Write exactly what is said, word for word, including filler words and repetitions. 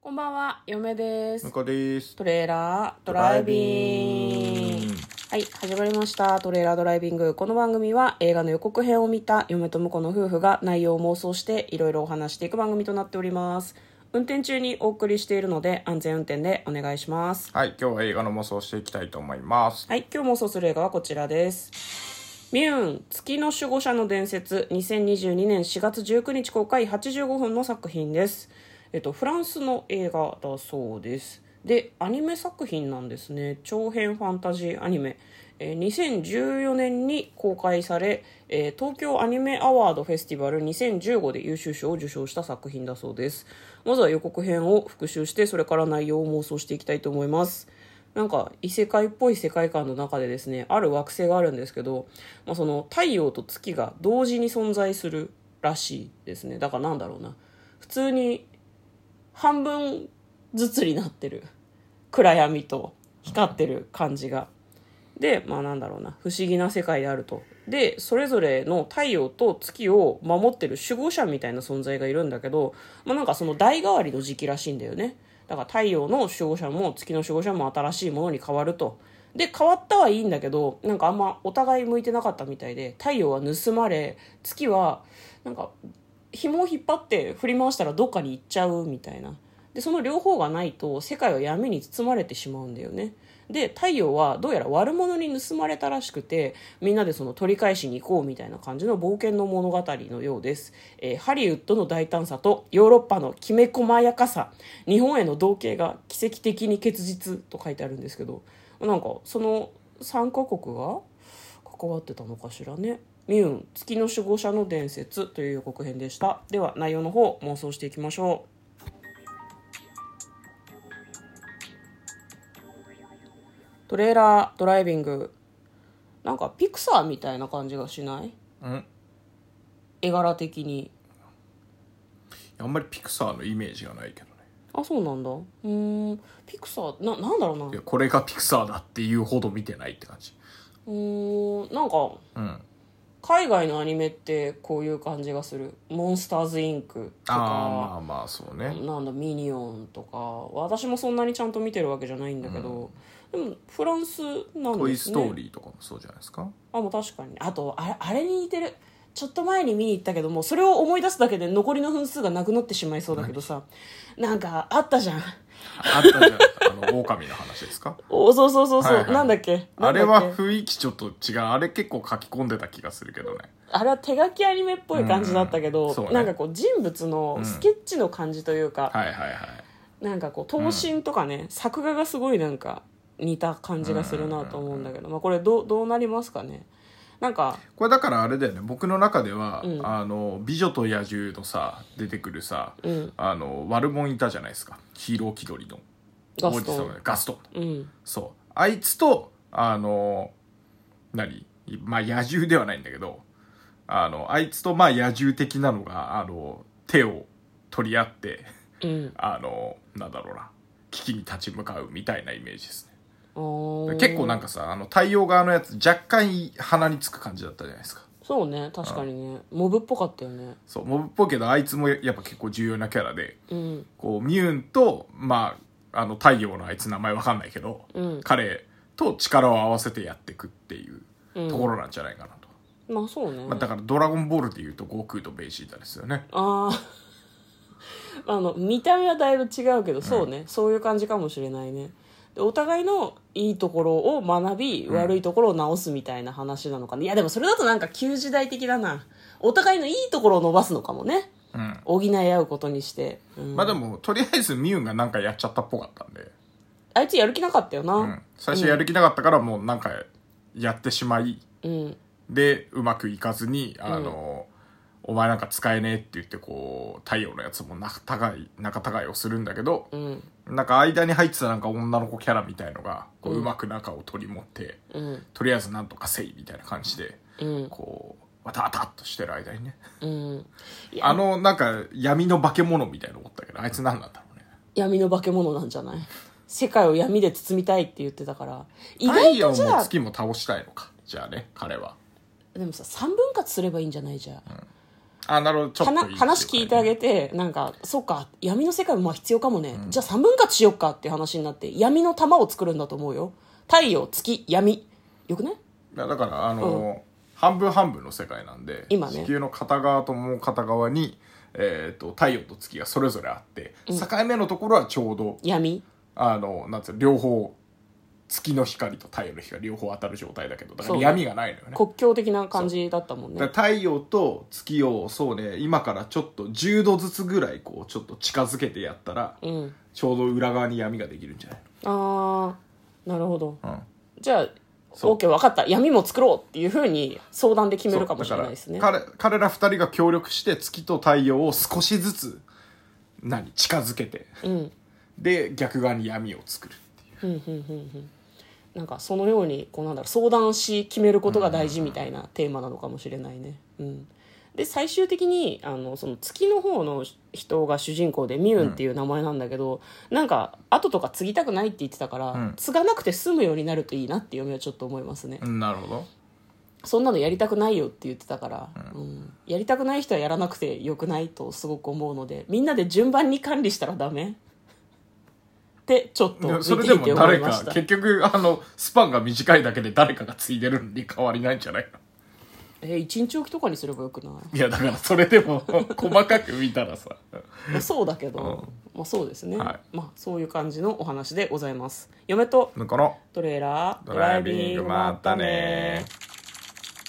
こんばんは、嫁です。 向こうです。 トレーラードライビング。はい、始まりました。トレーラードライビング。この番組は映画の予告編を見た嫁と婿の夫婦が内容を妄想していろいろお話していく番組となっております。運転中にお送りしているので安全運転でお願いします。 はい、今日は映画の妄想をしていきたいと思います。 はい、今日妄想する映画はこちらです。ミューン月の守護者の伝説、にせんにじゅうにねんしがつじゅうくにち公開、はちじゅうごふんの作品です。えっと、フランスの映画だそうです。で、アニメ作品なんですね。長編ファンタジーアニメ。えー、にせんじゅうよねんに公開され、えー、東京アニメアワードフェスティバルにせんじゅうごで優秀賞を受賞した作品だそうです。まずは予告編を復習して、それから内容を妄想していきたいと思います。なんか異世界っぽい世界観の中でですね、ある惑星があるんですけど、まあ、その太陽と月が同時に存在するらしいですね。だからなんだろうな、普通に半分ずつになってる、暗闇と光ってる感じがで、まあなんだろうな、不思議な世界であると。で、それぞれの太陽と月を守ってる守護者みたいな存在がいるんだけど、まあなんかその代替わりの時期らしいんだよね。だから太陽の守護者も月の守護者も新しいものに変わると。で、変わったはいいんだけど、なんかあんまお互い向いてなかったみたいで、太陽は盗まれ、月はなんか紐を引っ張って振り回したらどっかに行っちゃうみたいな。で、その両方がないと世界は闇に包まれてしまうんだよね。で、太陽はどうやら悪者に盗まれたらしくて、みんなでその取り返しに行こうみたいな感じの冒険の物語のようです。えー、ハリウッドの大胆さとヨーロッパのきめ細やかさ、日本への同型が奇跡的に結実と書いてあるんですけど、なんかそのさんカ国が関わってたのかしらね。ミューン月の守護者の伝説という予告編でした。では内容の方妄想していきましょう。トレーラードライビング。なんかピクサーみたいな感じがしない？ うん絵柄的に。 あんまりピクサーのイメージがないけどね。 あ、そうなんだ。うーん、ピクサーな、なんだろうな。 いや、これがピクサーだっていうほど見てないって感じ。 うーん、なんかうん海外のアニメってこういう感じがする。モンスターズインクとか、 ああまあまあそうね。 なんだミニオンとか、私もそんなにちゃんと見てるわけじゃないんだけど、でもフランスなんですね。 トイ・ストーリーとかもそうじゃないですか。 あ、もう確かに。あとあれ、あれに似てる。ちょっと前に見に行ったけども、それを思い出すだけで残りの分数がなくなってしまいそうだけどさ、なんかあったじゃん。 あったじゃん。あの狼の話ですか。 お、そうそうそうそう、 はいはい、 なんだっけあれは雰囲気ちょっと違う。あれ結構書き込んでた気がするけどね。 あれは手書きアニメっぽい感じだったけど、 うんね、 なんかこう人物のスケッチの感じというか、 うん、はいはいはい、 なんかこう頭身とかね、うん、作画がすごいなんか似た感じがするなと思うんだけど、まあ、これどう、どうなりますかね。なんかこれだからあれだよね、僕の中では、 うん、 あの美女と野獣のさ出てくるさ、 うん、 あの悪者いたじゃないですか、ヒーロー気取りのガストンガストン、 うん、 そうあいつとあの何まあ野獣ではないんだけど、あのあいつとまあ野獣的なのがあの手を取り合って、 うん、 あのなんだろうな、危機に立ち向かうみたいなイメージですね。 結構なんかさ、あの太陽側のやつ若干鼻につく感じだったじゃないですか。 そうね、確かにね、モブっぽかったよね。 そうモブっぽいけど、あいつもやっぱ結構重要なキャラで、 うん、 こうミューンとまああの太陽のあいつ名前わかんないけど、うん、彼と力を合わせてやっていくっていうところなんじゃないかなと。 うん、まあそうね、 まあ、だからドラゴンボールでいうと悟空とベジータですよね。 あああの見た目はだいぶ違うけど、そうね、うん、そういう感じかもしれないね。でお互いのいいところを学び、うん、悪いところを直すみたいな話なのかな。いやでもそれだとなんか旧時代的だな。お互いのいいところを伸ばすのかもね、うん、補い合うことにして、 うん、まあでもとりあえずミュウンがなんかやっちゃったっぽかったんで、 あいつやる気なかったよな、うん、 最初やる気なかったからもうなんかやってしまい、 うん、 でうまくいかずにあの、うん、お前なんか使えねえって言ってこう太陽のやつも仲違い仲違いをするんだけど、うん、なんか間に入ってたなんか女の子キャラみたいのがこう、うん、うまく仲を取り持って、うん、とりあえずなんとかせいみたいな感じで、うん、こうわたわたっとしてる間にね、うん、あのなんか闇の化け物みたいなの思ったけど、あいつ何なんだろうね。 闇の化け物なんじゃない？世界を闇で包みたいって言ってたから。 意外とじゃあ太陽も月も倒したいのか、じゃあね彼は。 でもさ、三分割すればいいんじゃないじゃあ、 あ、なるほど。ちょっといいっていうかね話聞いてあげて、なんかそうか闇の世界もまあ必要かもね、うん、じゃあさんぶん割しよっかっていう話になって闇の玉を作るんだと思うよ。太陽月闇よくね。 いやだからあの、うん、半分半分の世界なんで今、ね、 地球の片側ともう片側に、えー、と太陽と月がそれぞれあって、うん、境目のところはちょうど闇あのなんつう両方月の光と太陽の光両方当たる状態だけどだから闇がないのよね。 国境的な感じだったもんね。 太陽と月をそうね今からちょっとじゅうどずつぐらいこうちょっと近づけてやったら、うん、ちょうど裏側に闇ができるんじゃないの。 あーなるほど、うん、じゃあそう OK 分かった闇も作ろうっていう風に相談で決めるかもしれないですね。 彼, 彼らふたりが協力して月と太陽を少しずつ何近づけて、うん、で逆側に闇を作るっていう、 うんうんうんうん、なんかそのようにこうなんだろう相談し決めることが大事みたいなテーマなのかもしれないね、うん、で最終的にあのその月の方の人が主人公でミューンっていう名前なんだけど、うん、なんか後とか継ぎたくないって言ってたから、うん、継がなくて済むようになるといいなって嫁はちょっと思いますね、 うん、なるほど。 そんなのやりたくないよって言ってたから、うんうん、やりたくない人はやらなくてよくないとすごく思うのでみんなで順番に管理したらダメってちょっと見ていて思いました。それでも誰か結局あのスパンが短いだけで誰かが継いでるのに変わりないんじゃないか。 えー、一日おきとかにすればよくない？ いやだからそれでも細かく見たらさまあそうだけど、うん、まあそうですね、はい、まあそういう感じのお話でございます。嫁とトレーラードライビングまったね。